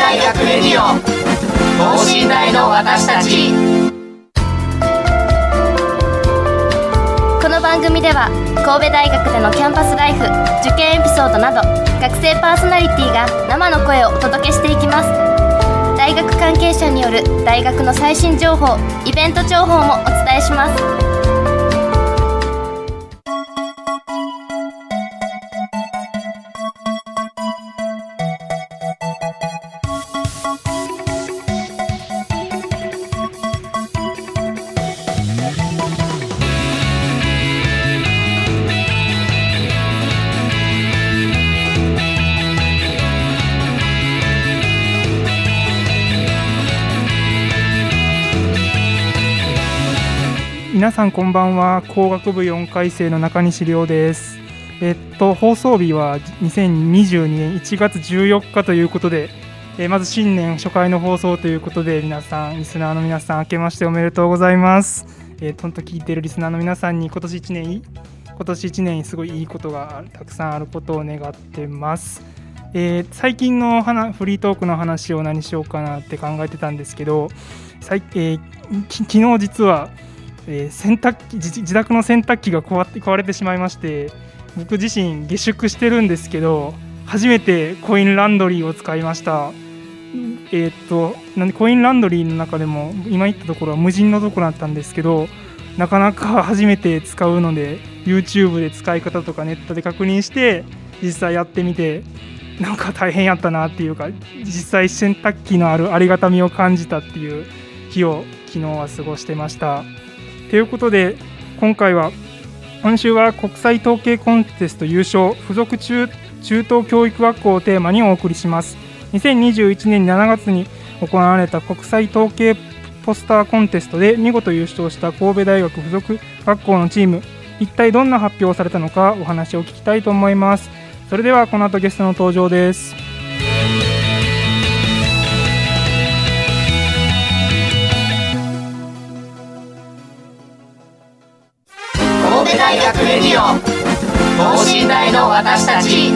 大学レディオ等身大の私たち。 この番組では神戸大学でのキャンパスライフ、受験エピソードなど学生パーソナリティが生の声をお届けしていきます。大学関係者による大学の最新情報、イベント情報もお伝えします。 皆さんこんばんは。工学部4回生の中西亮です。放送日は2022年1月14日ということで、まず新年初回の放送ということで、皆さんリスナーの皆さん明けましておめでとうございます。とんと聞いているリスナーの皆さんに今年1年すごいいいことがたくさんあることを願ってます。最近のフリートークの話を何しようかなって考えてたんですけど、昨日実は自宅の洗濯機が壊れてしまいまして、僕自身下宿してるんですけど、初めてコインランドリーを使いました。なんでコインランドリーの中でも今言ったところは無人のところだったんですけど、なかなか初めて使うので YouTube で使い方とかネットで確認して実際やってみて、なんか大変やったなっていうか、実際洗濯機のあるありがたみを感じたっていう日を昨日は過ごしてました。ということで今週は国際統計コンテスト優勝附属中等教育学校をテーマにお送りします。2021年7月に行われた国際統計ポスターコンテストで見事優勝した神戸大学附属学校のチーム、一体どんな発表をされたのかお話を聞きたいと思います。それではこの後ゲストの登場です。 神戸大学レディオ等身大の私たち。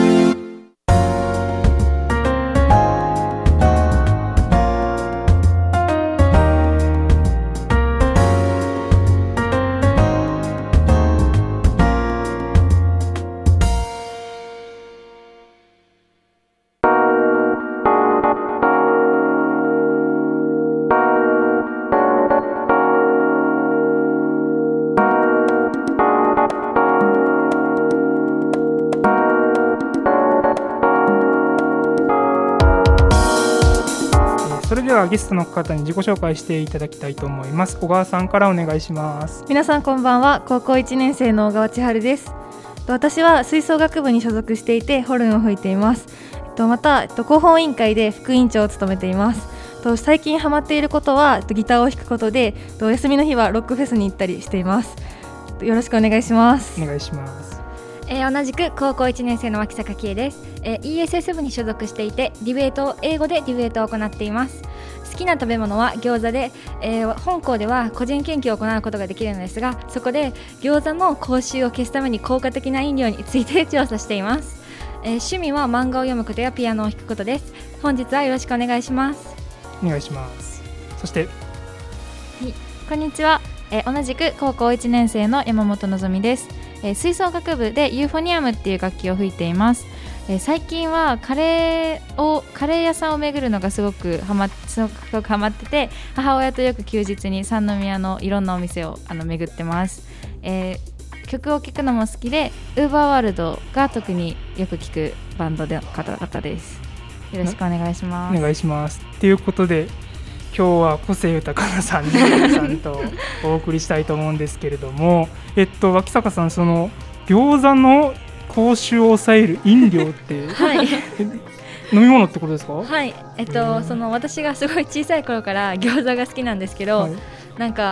それではゲストの方に自己紹介していただきたいと思います。小川さんからお願いします。 皆さんこんばんは。高校1年生の小川千春です。私は吹奏楽部に所属していてホルンを吹いています。また広報委員会で副委員長を務めています。最近ハマっていることはギターを弾くことで、休みの日はロックフェスに行ったりしています。よろしくお願いします。 お願いします。 同じく高校1年生の脇坂喜恵です。ESS 部に所属していて英語でディベートを行っています。好きな食べ物は餃子で、本校では個人研究を行うことができるのですが、そこで餃子の口臭を消すために効果的な飲料について調査しています。趣味は漫画を読むことやピアノを弾くことです。本日はよろしくお願いします。 お願いします。そして、 こんにちは。同じく高校1年生の山本のぞみです。吹奏楽部でユーフォニアムっていう楽器を吹いています。最近はカレー屋さんを巡るのがすごくハマってて、母親とよく休日に三宮のいろんなお店を巡ってます。曲を聴くのも好きで、ウーバーワールドが特によく聴くバンドの方々です。よろしくお願いします。 お願いします。ということで今日は個性豊かな3人さんとお送りしたいと思うんですけれども、脇坂さん、その餃子の口臭を抑える飲料って、 はい、 飲み物ってことですか？ はい、私がすごい小さい頃から餃子が好きなんですけど、はい、なんか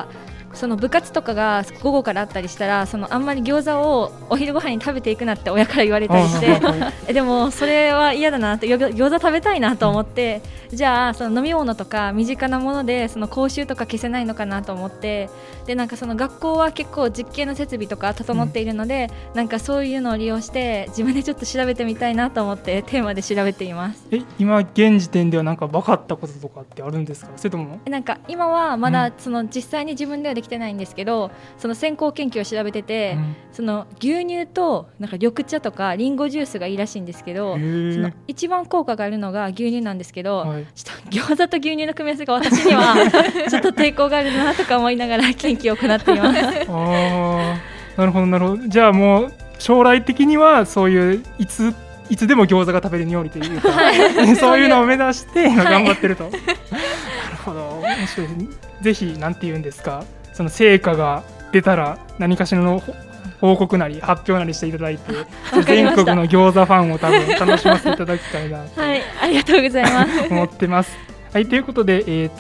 その部活とかが午後からあったりしたらあんまり餃子をお昼ご飯に食べていくなって親から言われたりしてでもそれは嫌だなって餃子食べたいなと思って、じゃあその飲み物とか身近なものでその口臭とか消せないのかなと思って、でなんかその学校は結構実験の設備とか整っているので、なんかそういうのを利用して自分でちょっと調べてみたいなと思ってテーマで調べています。 今現時点ではなんか分かったこととかってあるんですか？それともなんか今はまだその実際に自分ではできてないんですけど、その先行研究を調べてて、その牛乳となんか緑茶とかリンゴジュースがいいらしいんですけど、その一番効果があるのが牛乳なんですけど、ちょっと餃子と牛乳の組み合わせが私にはちょっと抵抗があるなとか思いながら研究を行っています。 なるほどなるほど。じゃあもう将来的にはそういういつでも餃子が食べれるようにというか、そういうのを目指して今頑張ってると。なるほど、面白い。ぜひなんて言うんですか、その成果が出たら何かしらの報告なり発表なりしていただいて、全国の餃子ファンを多分楽しませていただきたいなと、 はい、ありがとうございます思ってます。はい、ということで、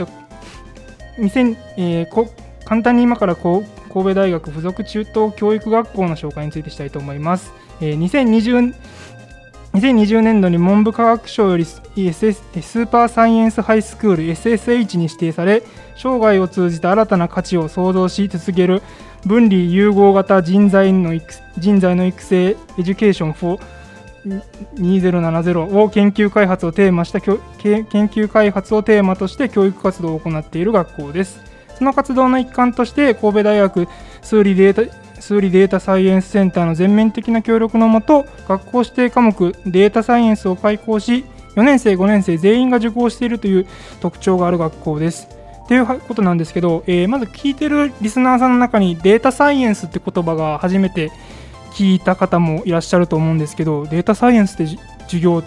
簡単に今から神戸大学附属中等教育学校の紹介についてしたいと思います。2020年度に文部科学省よりスーパーサイエンスハイスクール SSH に指定され、生涯を通じた新たな価値を創造し続ける分離融合型人材の育成エデュケーション4 2070を研究開発をテーマとして教育活動を行っている学校です。その活動の一環として神戸大学数理データサイエンスセンターの全面的な協力のもと、学校指定科目データサイエンスを開講し、4年生5年生全員が受講しているという特徴がある学校ですということなんですけど、まず聞いてるリスナーさんの中にデータサイエンスって言葉が初めて聞いた方もいらっしゃると思うんですけど、データサイエンスっていう授業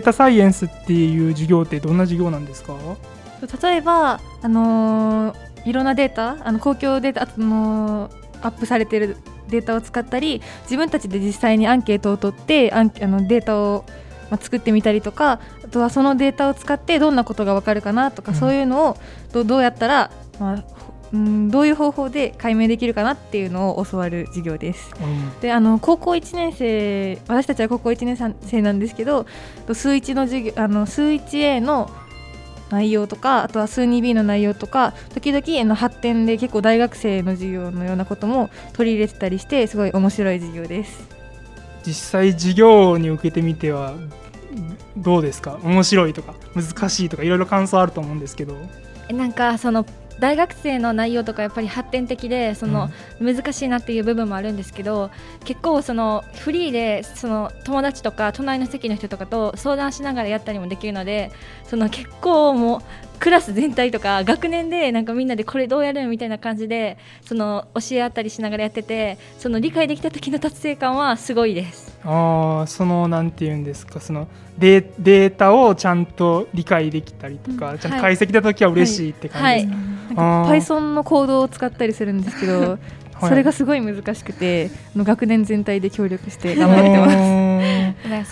ってどんな授業なんですか？ 例えば、いろんなデータ、公共データ、アップされているデータを使ったり、自分たちで実際にアンケートを取ってデータを作ってみたりとか、あとはそのデータを使ってどんなことが分かるかなとか、そういうのをどうやったら、どういう方法で解明できるかなっていうのを教わる授業です。で、高校1年生、私たちは高校1年生なんですけど、数1の授業、数 1A の内容とか、あとは数 2B の内容とか、時々発展で結構大学生の授業のようなことも取り入れてたりして、すごい面白い授業です。 実際授業に受けてみてはどうですか？面白いとか難しいとかいろいろ感想あると思うんですけど、 なんかその大学生の内容とかやっぱり発展的で難しいなっていう部分もあるんですけど、結構フリーで友達とか隣の席の人とかと相談しながらやったりもできるので、結構もうクラス全体とか学年でなんかみんなでこれどうやるみたいな感じで教え合ったりしながらやってて、理解できた時の達成感はすごいです。 なんていうんですか、データをちゃんと理解できたりとか、ちゃんと解析した時は嬉しいって感じですか？ なんか Python のコードを使ったりするんですけどそれがすごい難しくて、学年全体で協力して頑張ってます。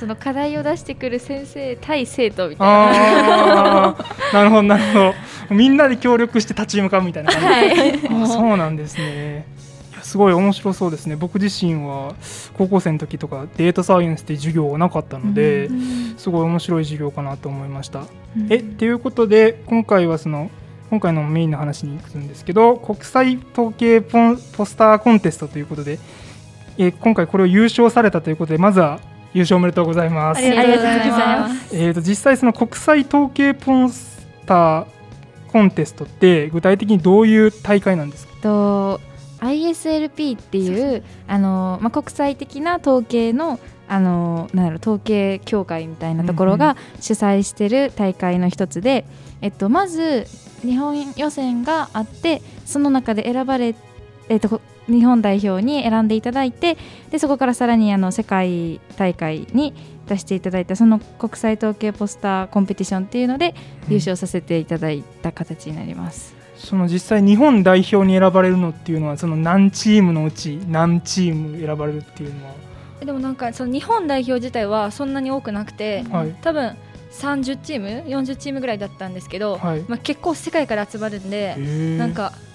なんか課題を出してくる先生対生徒みたいな。 なるほどなるほど。みんなで協力して立ち向かうみたいな感じ。そうなんですね。すごい面白そうですね。僕自身は高校生の時とかデータサイエンスって授業がなかったので、すごい面白い授業かなと思いました。っていうことで今回のメインの話に行くんですけど、国際統計ポスターコンテストということで、今回これを優勝されたということで、まずは優勝おめでとうございます。 ありがとうございます。 実際国際統計ポスターコンテストって具体的にどういう大会なんですか ？ISLP っていう国際的な統計の統計協会みたいなところが主催している大会の一つで、まず日本予選があって、その中で選ばれ、日本代表に選んでいただいて、でそこからさらに世界大会に出していただいた、その国際統計ポスターコンペティションっていうので優勝させていただいた形になります。 実際日本代表に選ばれるのっていうのは何チームのうち何チーム選ばれるっていうのは？ でもなんか日本代表自体はそんなに多くなくて、多分30チーム40チームぐらいだったんですけど、結構世界から集まるんで、なんか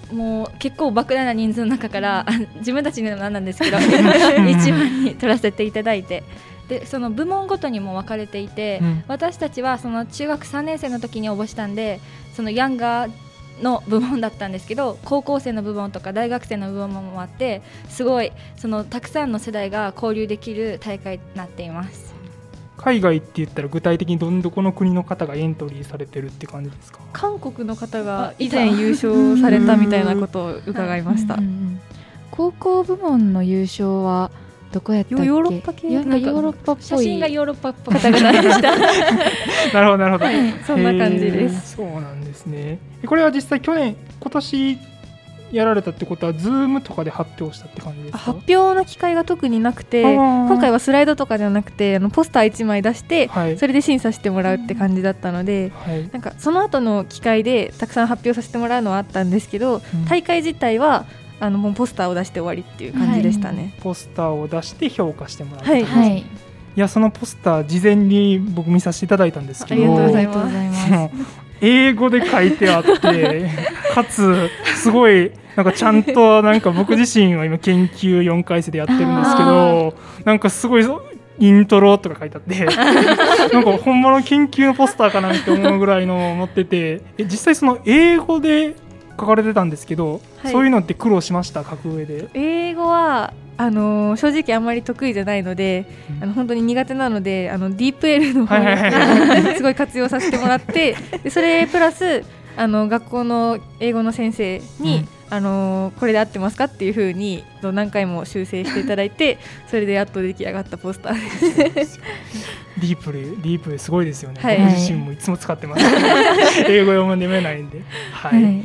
もう結構莫大な人数の中から自分たちでもなんですけど一番に取らせていただいて、でその部門ごとにも分かれていて、私たちはその中学3年生の時に応募したんで、そのヤンガーの部門だったんですけど、高校生の部門とか大学生の部門もあって、すごいそのたくさんの世代が交流できる大会になっています。 海外って言ったら具体的にどこの国の方がエントリーされてるって感じですか？ 韓国の方が以前優勝されたみたいなことを伺いました。 高校部門の優勝はどこやったっけ？ ヨーロッパ系、 なんかヨーロッパっぽい写真がヨーロッパっぽい方々でしたなるほどなるほど、 そんな感じです。 そうなんですね。これは実際今年やられたってことは Zoom とかで発表したって感じですか？ 発表の機会が特になくて、今回はスライドとかではなくてポスター1枚出して、はい、それで審査してもらうって感じだったので、はい、なんかその後の機会でたくさん発表させてもらうのはあったんですけど、大会自体はもうポスターを出して終わりっていう感じでしたね。 ポスターを出して評価してもらう、 はいはい、 いやそのポスター事前に僕見させていただいたんですけど、 ありがとうございます。 英語で書いてあってかつすごいなんかちゃんとなんか僕自身は今研究4回生でやってるんですけど、なんかすごいイントロとか書いてあってなんかほんまの研究のポスターかなって思うぐらいの持ってて、実際その英語で書かれてたんですけど、はい、そういうのって苦労しました？書く上で。 英語は正直あんまり得意じゃないので、本当に苦手なのでDeepL の方にすごい活用させてもらってでそれプラス学校の英語の先生に、これで合ってますかっていう風に何回も修正していただいてそれでやっと出来上がったポスターです。 ディープルすごいですよね、 はい、 僕自身もいつも使ってます英語読めないんで、はいはい、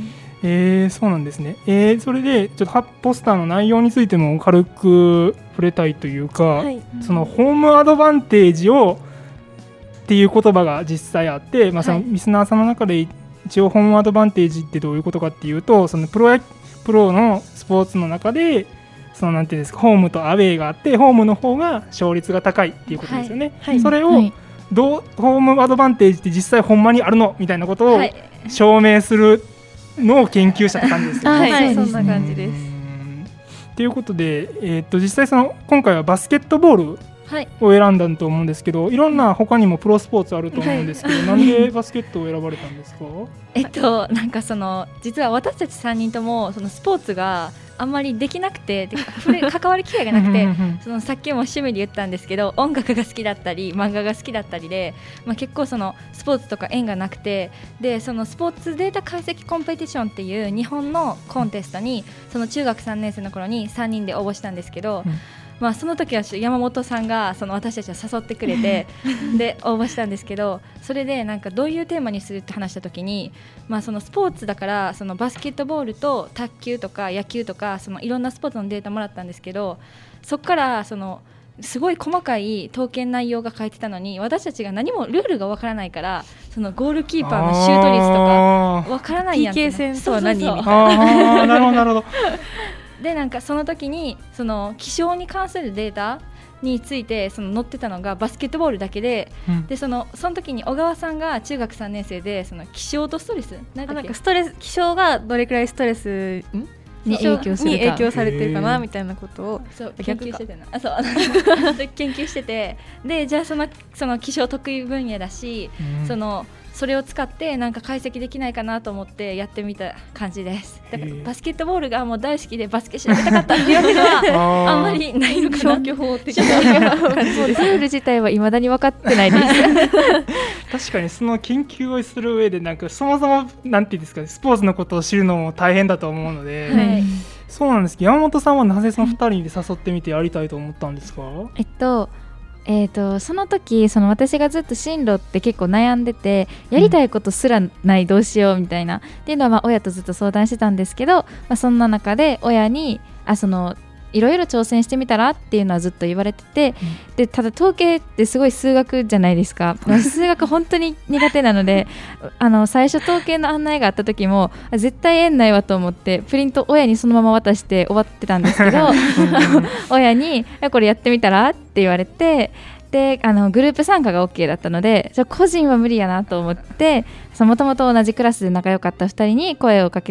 そうなんですね。それでちょっとポスターの内容についても軽く触れたいというか、はい、そのホームアドバンテージをっていう言葉が実際あって、そのリスナーさんの中で一応ホームアドバンテージってどういうことかっていうと、そのプロのスポーツの中でそのなんていうんですか、ホームとアウェーがあってホームの方が勝率が高いっていうことですよね、はいはい、それを、ホームアドバンテージって実際ほんまにあるのみたいなことを証明するのを研究したって感じですよね。 はい、そんな感じです。 ということで、実際今回はバスケットボールを選んだと思うんですけど、いろんな他にもプロスポーツあると思うんですけど、なんでバスケットを選ばれたんですか？ なんか実は私たち3人ともそのスポーツがあんまりできなくて関わる機会がなくてさっきも趣味で言ったんですけど、音楽が好きだったり漫画が好きだったりで、結構スポーツとか縁がなくて、でそのスポーツデータ解析コンペティションっていう日本のコンテストにその中学3年生の頃に3人で応募したんですけど、その時は山本さんが私たちを誘ってくれてで応募したんですけど、それでなんかどういうテーマにするって話した時に、そのスポーツだからバスケットボールと卓球とか野球とかいろんなスポーツのデータもらったんですけど、そこからすごい細かい統計内容が書いてたのに、私たちが何もルールがわからないから、ゴールキーパーのシュート率とかわからないやん。 PK 戦とは何みたいな。なるほどなるほど。 でなんかその時に気象に関するデータについて載ってたのがバスケットボールだけで、でその時に小川さんが中学3年生で気象とストレス気象がどれくらいストレスに影響されてるかなみたいなことを研究してて研究してて、でじゃあその気象得意分野だし、それを使ってなんか解析できないかなと思ってやってみた感じです。だからバスケットボールがもう大好きでバスケ調べたかったっていうわけではあんまりないのかな。 消去法的な感じでルール自体は未だに分かってないです確かにその研究をする上でなんかそもそもなんていうんですか、スポーツのことを知るのも大変だと思うので、はい、そうなんですけど、山本さんはなぜその2人で誘ってみてやりたいと思ったんですか？ その時私がずっと進路って結構悩んでて、やりたいことすらないどうしようみたいな、っていうのは親とずっと相談してたんですけど、そんな中で親にいろいろ挑戦してみたらっていうのはずっと言われてて、でただ統計ってすごい数学じゃないですか数学本当に苦手なので最初統計の案内があった時も絶対縁ないわと思ってプリント親にそのまま渡して終わってたんですけど親にこれやってみたらって言われて、でグループ参加が OK だったので、じゃ個人は無理やなと思って、もともと同じクラスで仲良かった2人に声をかけた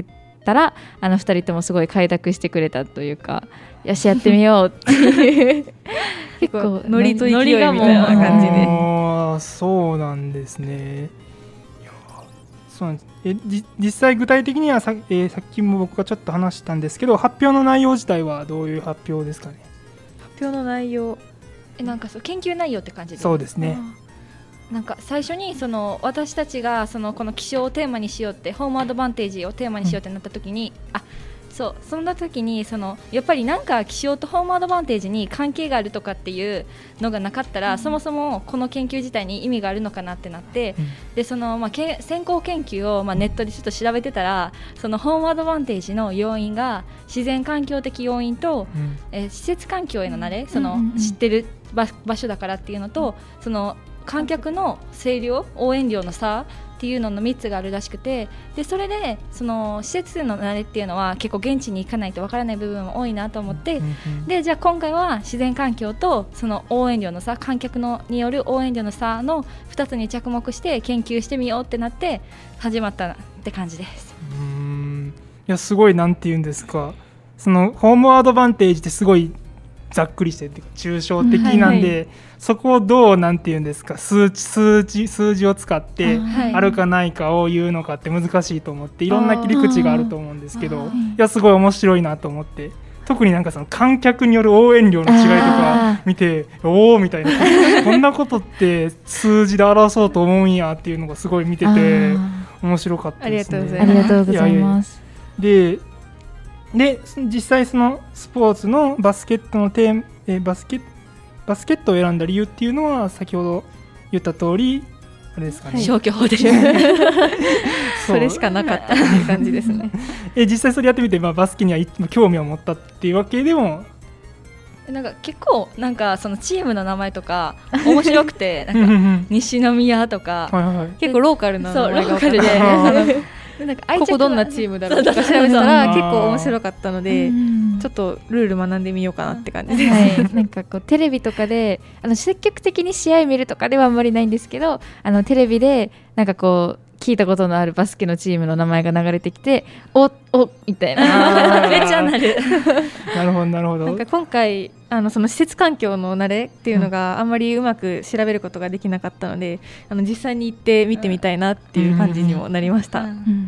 たら2人ともすごい快諾してくれたというか、よしやってみようっていう結構ノリと勢いみたいな感じで。 そうなんですね。いやそうなんです。実際具体的にはさっきも僕がちょっと話したんですけど、発表の内容自体はどういう発表ですかね。 発表の内容、 なんかそう研究内容って感じで。 そうですね。 なんか最初に私たちがこの気象をテーマにしようって、ホームアドバンテージをテーマにしようってなった時に、そんな時にやっぱりなんか気象とホームアドバンテージに関係があるとかっていうのがなかったら、そもそもこの研究自体に意味があるのかなってなって、で先行研究をネットでちょっと調べてたら、ホームアドバンテージの要因が自然環境的要因と、施設環境への慣れ、知ってる場所だからっていうのと、観客の声量、応援量の差っていうのの3つがあるらしくて、でそれで施設での慣れっていうのは結構現地に行かないとわからない部分も多いなと思って、でじゃあ今回は自然環境と応援量の差、観客による応援量の差の2つに着目して研究してみようってなって始まったって感じです。 いやすごい、なんて言うんですか、ホームアドバンテージってすごいざっくりしてるっていうか抽象的なんで、そこをどうなんて言うんですか、数字を使ってあるかないかを言うのかって難しいと思って、いろんな切り口があると思うんですけど、いやすごい面白いなと思って、特になんか観客による応援量の違いとか見て、おーみたいな、こんなことって数字で表そうと思うんやっていうのがすごい見てて面白かったですね。 ありがとうございます。 で実際スポーツのバスケットのバスケットを選んだ理由っていうのは先ほど言った通りあれですかね、 消去法でそれしかなかったっていう感じですね。 実際それやってみて、バスケには興味を持ったっていうわけでもなんか結構チームの名前とか面白くてなんか西宮とか結構ローカルな名前が多くてなんかここどんなチームだろうとか調べたら結構面白かったので、ちょっとルール学んでみようかなって感じです。 なんかテレビとかで積極的に試合見るとかではあんまりないんですけど、テレビでなんか聞いたことのあるバスケのチームの名前が流れてきて、おみたいなめっちゃなるなるほどなるほど。 なんか今回その施設環境の慣れっていうのがあんまりうまく調べることができなかったので、実際に行って見てみたいなっていう感じにもなりました。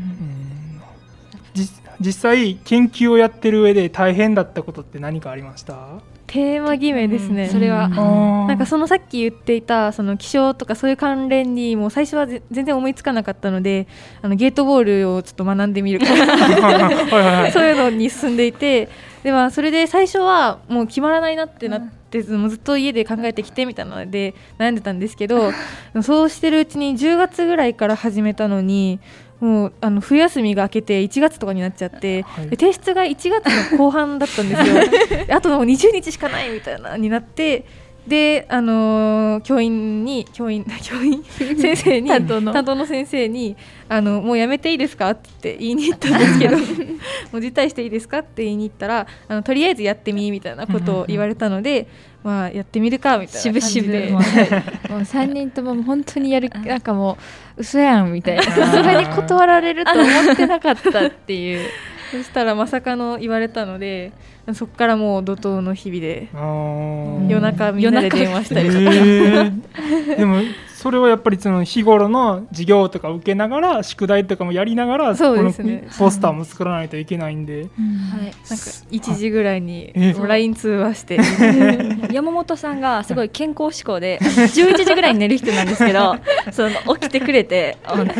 実際研究をやってる上で大変だったことって何かありました？ テーマ決めですね。 それはなんかさっき言っていた気象とかそういう関連にもう最初は全然思いつかなかったので、ゲートボールをちょっと学んでみるからそういうのに進んでいて、でそれで最初はもう決まらないなってなって、もうずっと家で考えてきてみたいなので悩んでたんですけどそうしてるうちに10月ぐらいから始めたのに、もう冬休みが明けて1月とかになっちゃって、で提出が1月の後半だったんですよあともう20日しかないみたいなになって、で教員先生に担当の先生にもうやめていいですかって言いに行ったんですけどもう辞退していいですかって言いに行ったらとりあえずやってみみたいなことを言われたのでやってみるかみたいな感じでもう3人とも本当になんかもう嘘やんみたいな、さすがに断られると思ってなかったっていうそしたらまさかの言われたので、そこからもう怒涛の日々で夜中みんなで電話したりとかでもそれはやっぱり日頃の授業とか受けながら宿題とかもやりながら、 そうですね、 このポスターも作らないといけないんで、 なんか1時ぐらいに LINE 通話して山本さんがすごい健康志向で11時ぐらいに寝る人なんですけど起きてくれて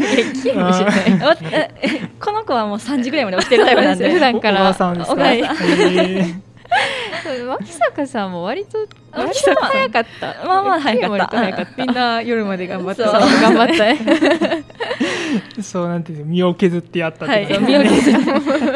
この子はもう3時ぐらいまで起きてるタイプなんで普段からおばさんですか？ 脇坂さんも割と早かった。 まあまあ早かった。 みんな夜まで頑張って頑張ったそうなんていう身を削ってやったってことですね。 身を削って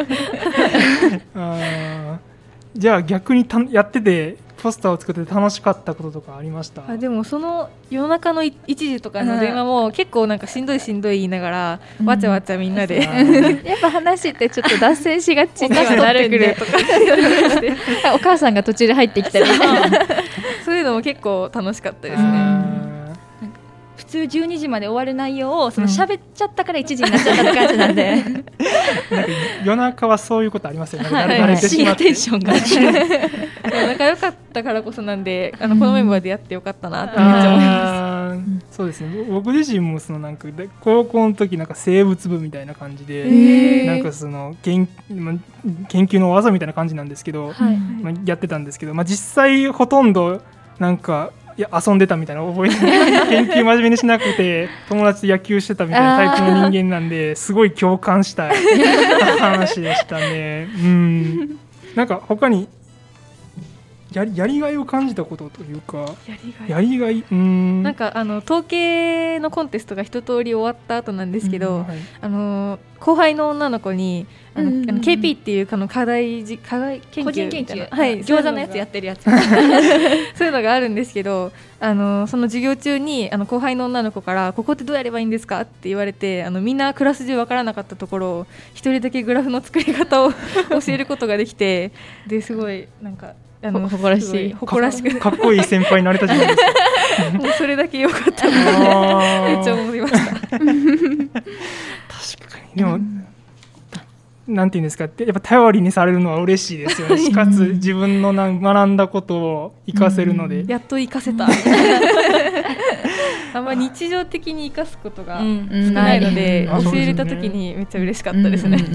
じゃあ逆にやっててポスターを作って楽しかったこととかありました？ でも夜中の1時とかの電話も結構なんかしんどい言いながらわちゃわちゃみんなでやっぱ話ってちょっと脱線しがちにはなるんでとかお母さんが途中で入ってきたりそういうのも結構楽しかったですね。 普普通12時まで終わる内容をその喋っちゃったから1時になっちゃったって感じなんで、 なんか夜中はそういうことありますよね。慣れて深夜しまってテンションが仲良かったからこそなんでこのメンバーでやってよかったなってめっちゃ思います。 そうですね。僕自身もそのなんか高校の時なんか生物部みたいな感じで、なんかその研究の技みたいな感じなんですけど、まあ、やってたんですけど、まあ、実際ほとんどなんか遊んでたみたいな覚えて研究真面目にしなくて友達と野球してたみたいなタイプの人間なんですごい共感した話でしたね。なんか他にやりがいを感じたことというか、やりがいなんか統計のコンテストが一通り終わった後なんですけど、後輩の女の子にKP っていう課外研究個人研究、 はい、 餃子のやつやってるやつそういうのがあるんですけど、その授業中に後輩の女の子からここってどうやればいいんですかって言われて、みんなクラス中分からなかったところを一人だけグラフの作り方を教えることができて、ですごいなんか誇らしくかっこいい先輩になれたじゃないですか。 もうそれだけ良かったなめっちゃ思いました。確かにでもなんていうんですか、やっぱ頼りにされるのは嬉しいですよね。かつ自分の学んだことを活かせるので、 やっと活かせた。あんま日常的に活かすことが少ないので、教えれた時にめっちゃ嬉しかったですね。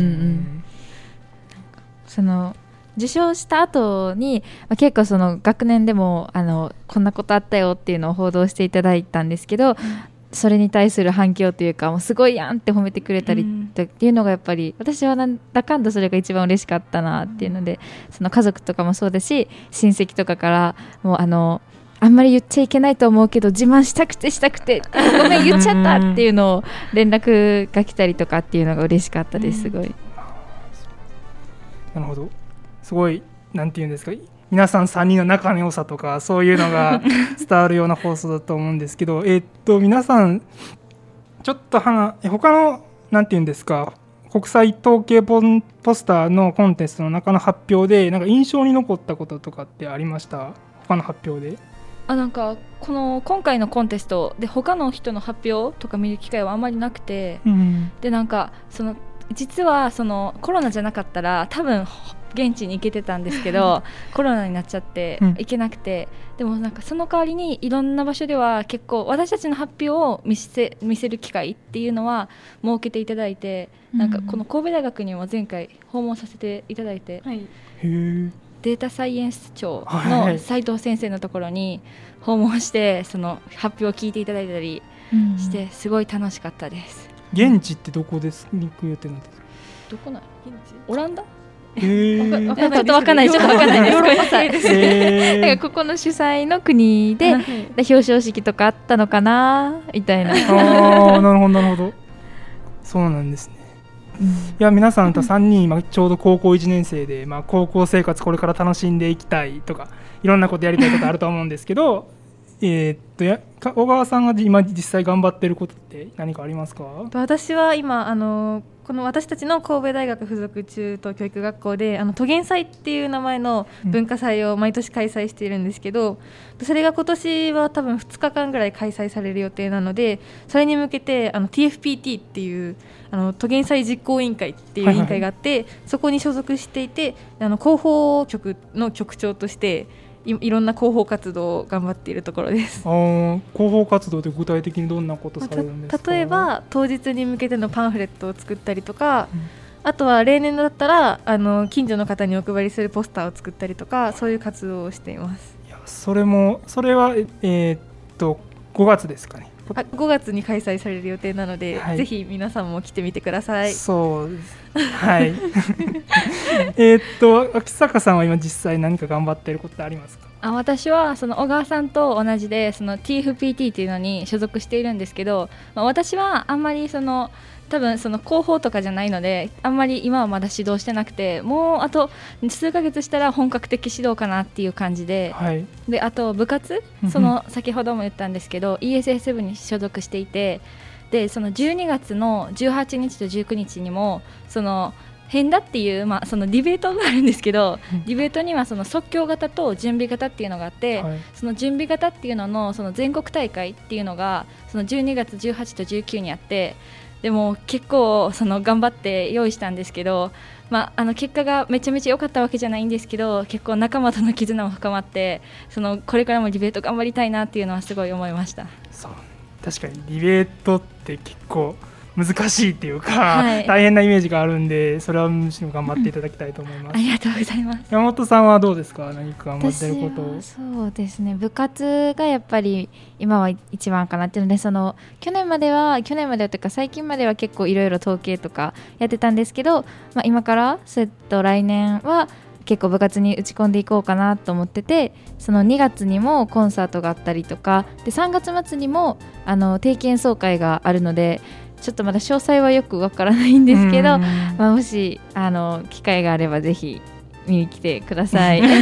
その受賞した後に、結構その学年でもこんなことあったよっていうのを報道していただいたんですけど、それに対する反響というか、もうすごいやんって褒めてくれたりっていうのがやっぱり私はなんだかんだそれが一番嬉しかったなっていうので、その家族とかもそうだし親戚とかからもうあんまり言っちゃいけないと思うけど自慢したくてごめん言っちゃったっていうのを連絡が来たりとかっていうのが嬉しかったです。すごいなるほど。すごいなんていうんですか、皆さん3人の仲の良さとかそういうのが伝わるような放送だと思うんですけど皆さんちょっと他のなんていうんですか、国際統計ポスターのコンテストの中の発表でなんか印象に残ったこととかってありました？他の発表で。 なんか今回のコンテストで他の人の発表とか見る機会はあまりなくて、でなんか実はコロナじゃなかったら多分現地に行けてたんですけどコロナになっちゃって行けなくて、でもなんかその代わりにいろんな場所では結構私たちの発表を見せる機会っていうのは設けていただいて、なんかこの神戸大学にも前回訪問させていただいて、データサイエンス庁の斉藤先生のところに訪問してその発表を聞いていただいたりしてすごい楽しかったです。 現地ってどこです行く予定なんですか？ どこなんオランダ？ ちょっとわかんないです。なんかここの主催の国で表彰式とかあったのかなみたいな。 なるほど。そうなんですね。いや皆さんと3人今ちょうど高校1年生で、高校生活これから楽しんでいきたいとかいろんなことやりたいことあると思うんですけど小川さんが今実際頑張ってることって何かありますか？ 私は今この私たちの神戸大学附属中等教育学校で都元祭っていう名前の文化祭を毎年開催しているんですけど、それが今年は多分2日間ぐらい開催される予定なので、それに向けてTFPT っていう都元祭実行委員会っていう委員会があって、そこに所属していて広報局の局長としていろんな広報活動を頑張っているところです。 広報活動って具体的にどんなことされるんですか？ 例えば当日に向けてのパンフレットを作ったりとか、あとは例年だったら近所の方にお配りするポスターを作ったりとか、そういう活動をしています。 いやそれは5月ですかね。 5月に開催される予定なので、ぜひ皆さんも来てみてください。 そうですはい秋坂さんは今実際何か頑張っていることってありますか？ 私はその小川さんと同じでその TFPT っていうのに所属しているんですけど、私はあんまり多分その広報とかじゃないのであんまり今はまだ指導してなくて、もうあと数ヶ月したら本格的指導かなっていう感じで、であと部活先ほども言ったんですけど ESS 部に所属していて、でその12月の18日と19日にも変だっていう、そのディベートがあるんですけど、ディベートにはその即興型と準備型っていうのがあって、その準備型っていうののその全国大会っていうのがその12月18と19にあって、でも結構その頑張って用意したんですけど、結果がめちゃめちゃ良かったわけじゃないんですけど、結構仲間との絆も深まって、これからもディベート頑張りたいなっていうのはすごい思いました。 そう、確かにディベートって結構難しいっていうか、大変なイメージがあるんで、それはむしろ頑張っていただきたいと思います。 ありがとうございます。 山本さんはどうですか？何か頑張ってることを。 そうですね、部活がやっぱり今は一番かなっていうので、去年まではというか最近までは結構いろいろ統計とかやってたんですけど、今から来年は結構部活に打ち込んでいこうかなと思ってて、その2月にもコンサートがあったりとかで、3月末にも定期演奏会があるので、ちょっとまだ詳細はよくわからないんですけど、もし機会があればぜひ見に来てください。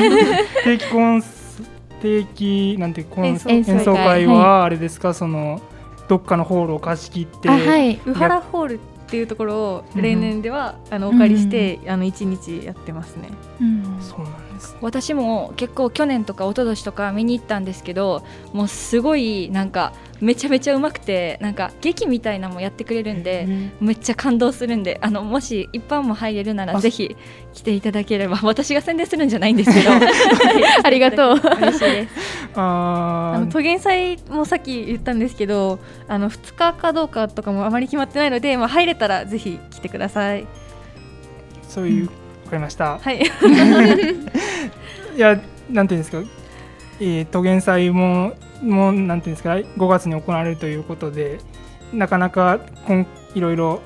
定期なんて演奏会はあれですか、どっかのホールを貸し切って、 ウハラホールっていうところを例年ではお借りして1日やってますね。 そうなんですね。 私も結構去年とか一昨年とか見に行ったんですけど、もうすごいめちゃめちゃうまくて、劇みたいなのもやってくれるんで、めっちゃ感動するんで、もし一般も入れるならぜひ来ていただければ、私が宣伝するんじゃないんですけどありがとう。 嬉しいです。 都芸祭もさっき言ったんですけど、2日かどうかとかもあまり決まってないので、入れたらぜひ来てください。 そういう、わかりました。 はい。 いや、なんていうんですか、都芸祭もなんていうんですか、5月に行われるということで、なかなかいろいろ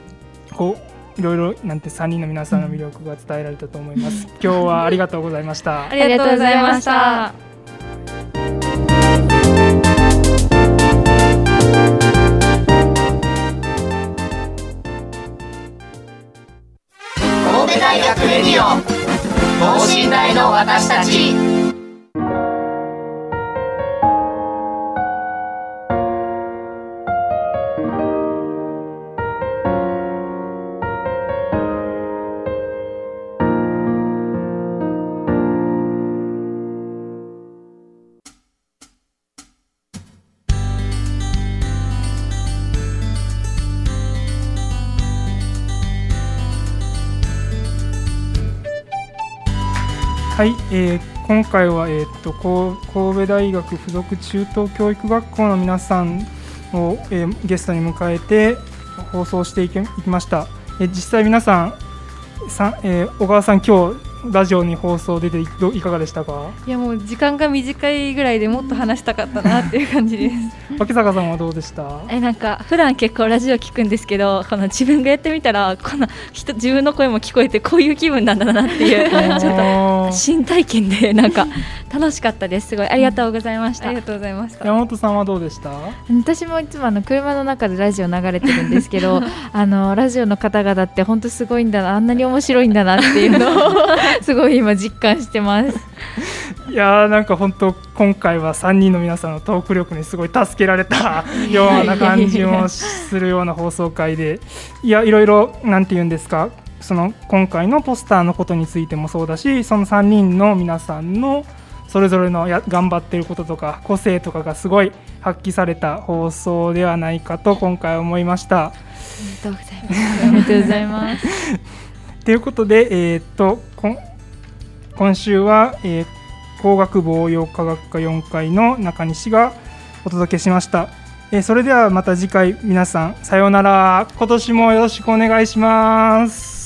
なんて3人の皆さんの魅力が伝えられたと思います。今日はありがとうございました。 ありがとうございました。 神戸大学レディオ等身大の私たち。 はい、今回は、神戸大学附属中等教育学校の皆さんを、ゲストに迎えて放送していきました。実際皆さん、小川さん、今日ラジオに放送出ていかがでしたか？ いや、もう時間が短いぐらいでもっと話したかったなっていう感じです。 脇坂さんはどうでした？ 普段結構ラジオ聞くんですけど、自分がやってみたら自分の声も聞こえて、こういう気分なんだなっていうちょっと新体験で楽しかったです。すごいありがとうございました。 ありがとうございました。 山本さんはどうでした？ 私もいつも車の中でラジオ流れてるんですけどラジオの方々って本当すごいんだな、あんなに面白いんだなっていうのをすごい今実感してます。 いやー、本当今回は3人の皆さんのトーク力にすごい助けられたような感じもするような放送回で、いろいろなんて言うんですか、今回のポスターのことについてもそうだし、その3人の皆さんのそれぞれの頑張っていることとか個性とかがすごい発揮された放送ではないかと今回思いました。 ありがとうございます。ありがとうございます。 ということで、今週は、工学部応用科学科4階の中西がお届けしました。それではまた次回、皆さんさようなら。今年もよろしくお願いします。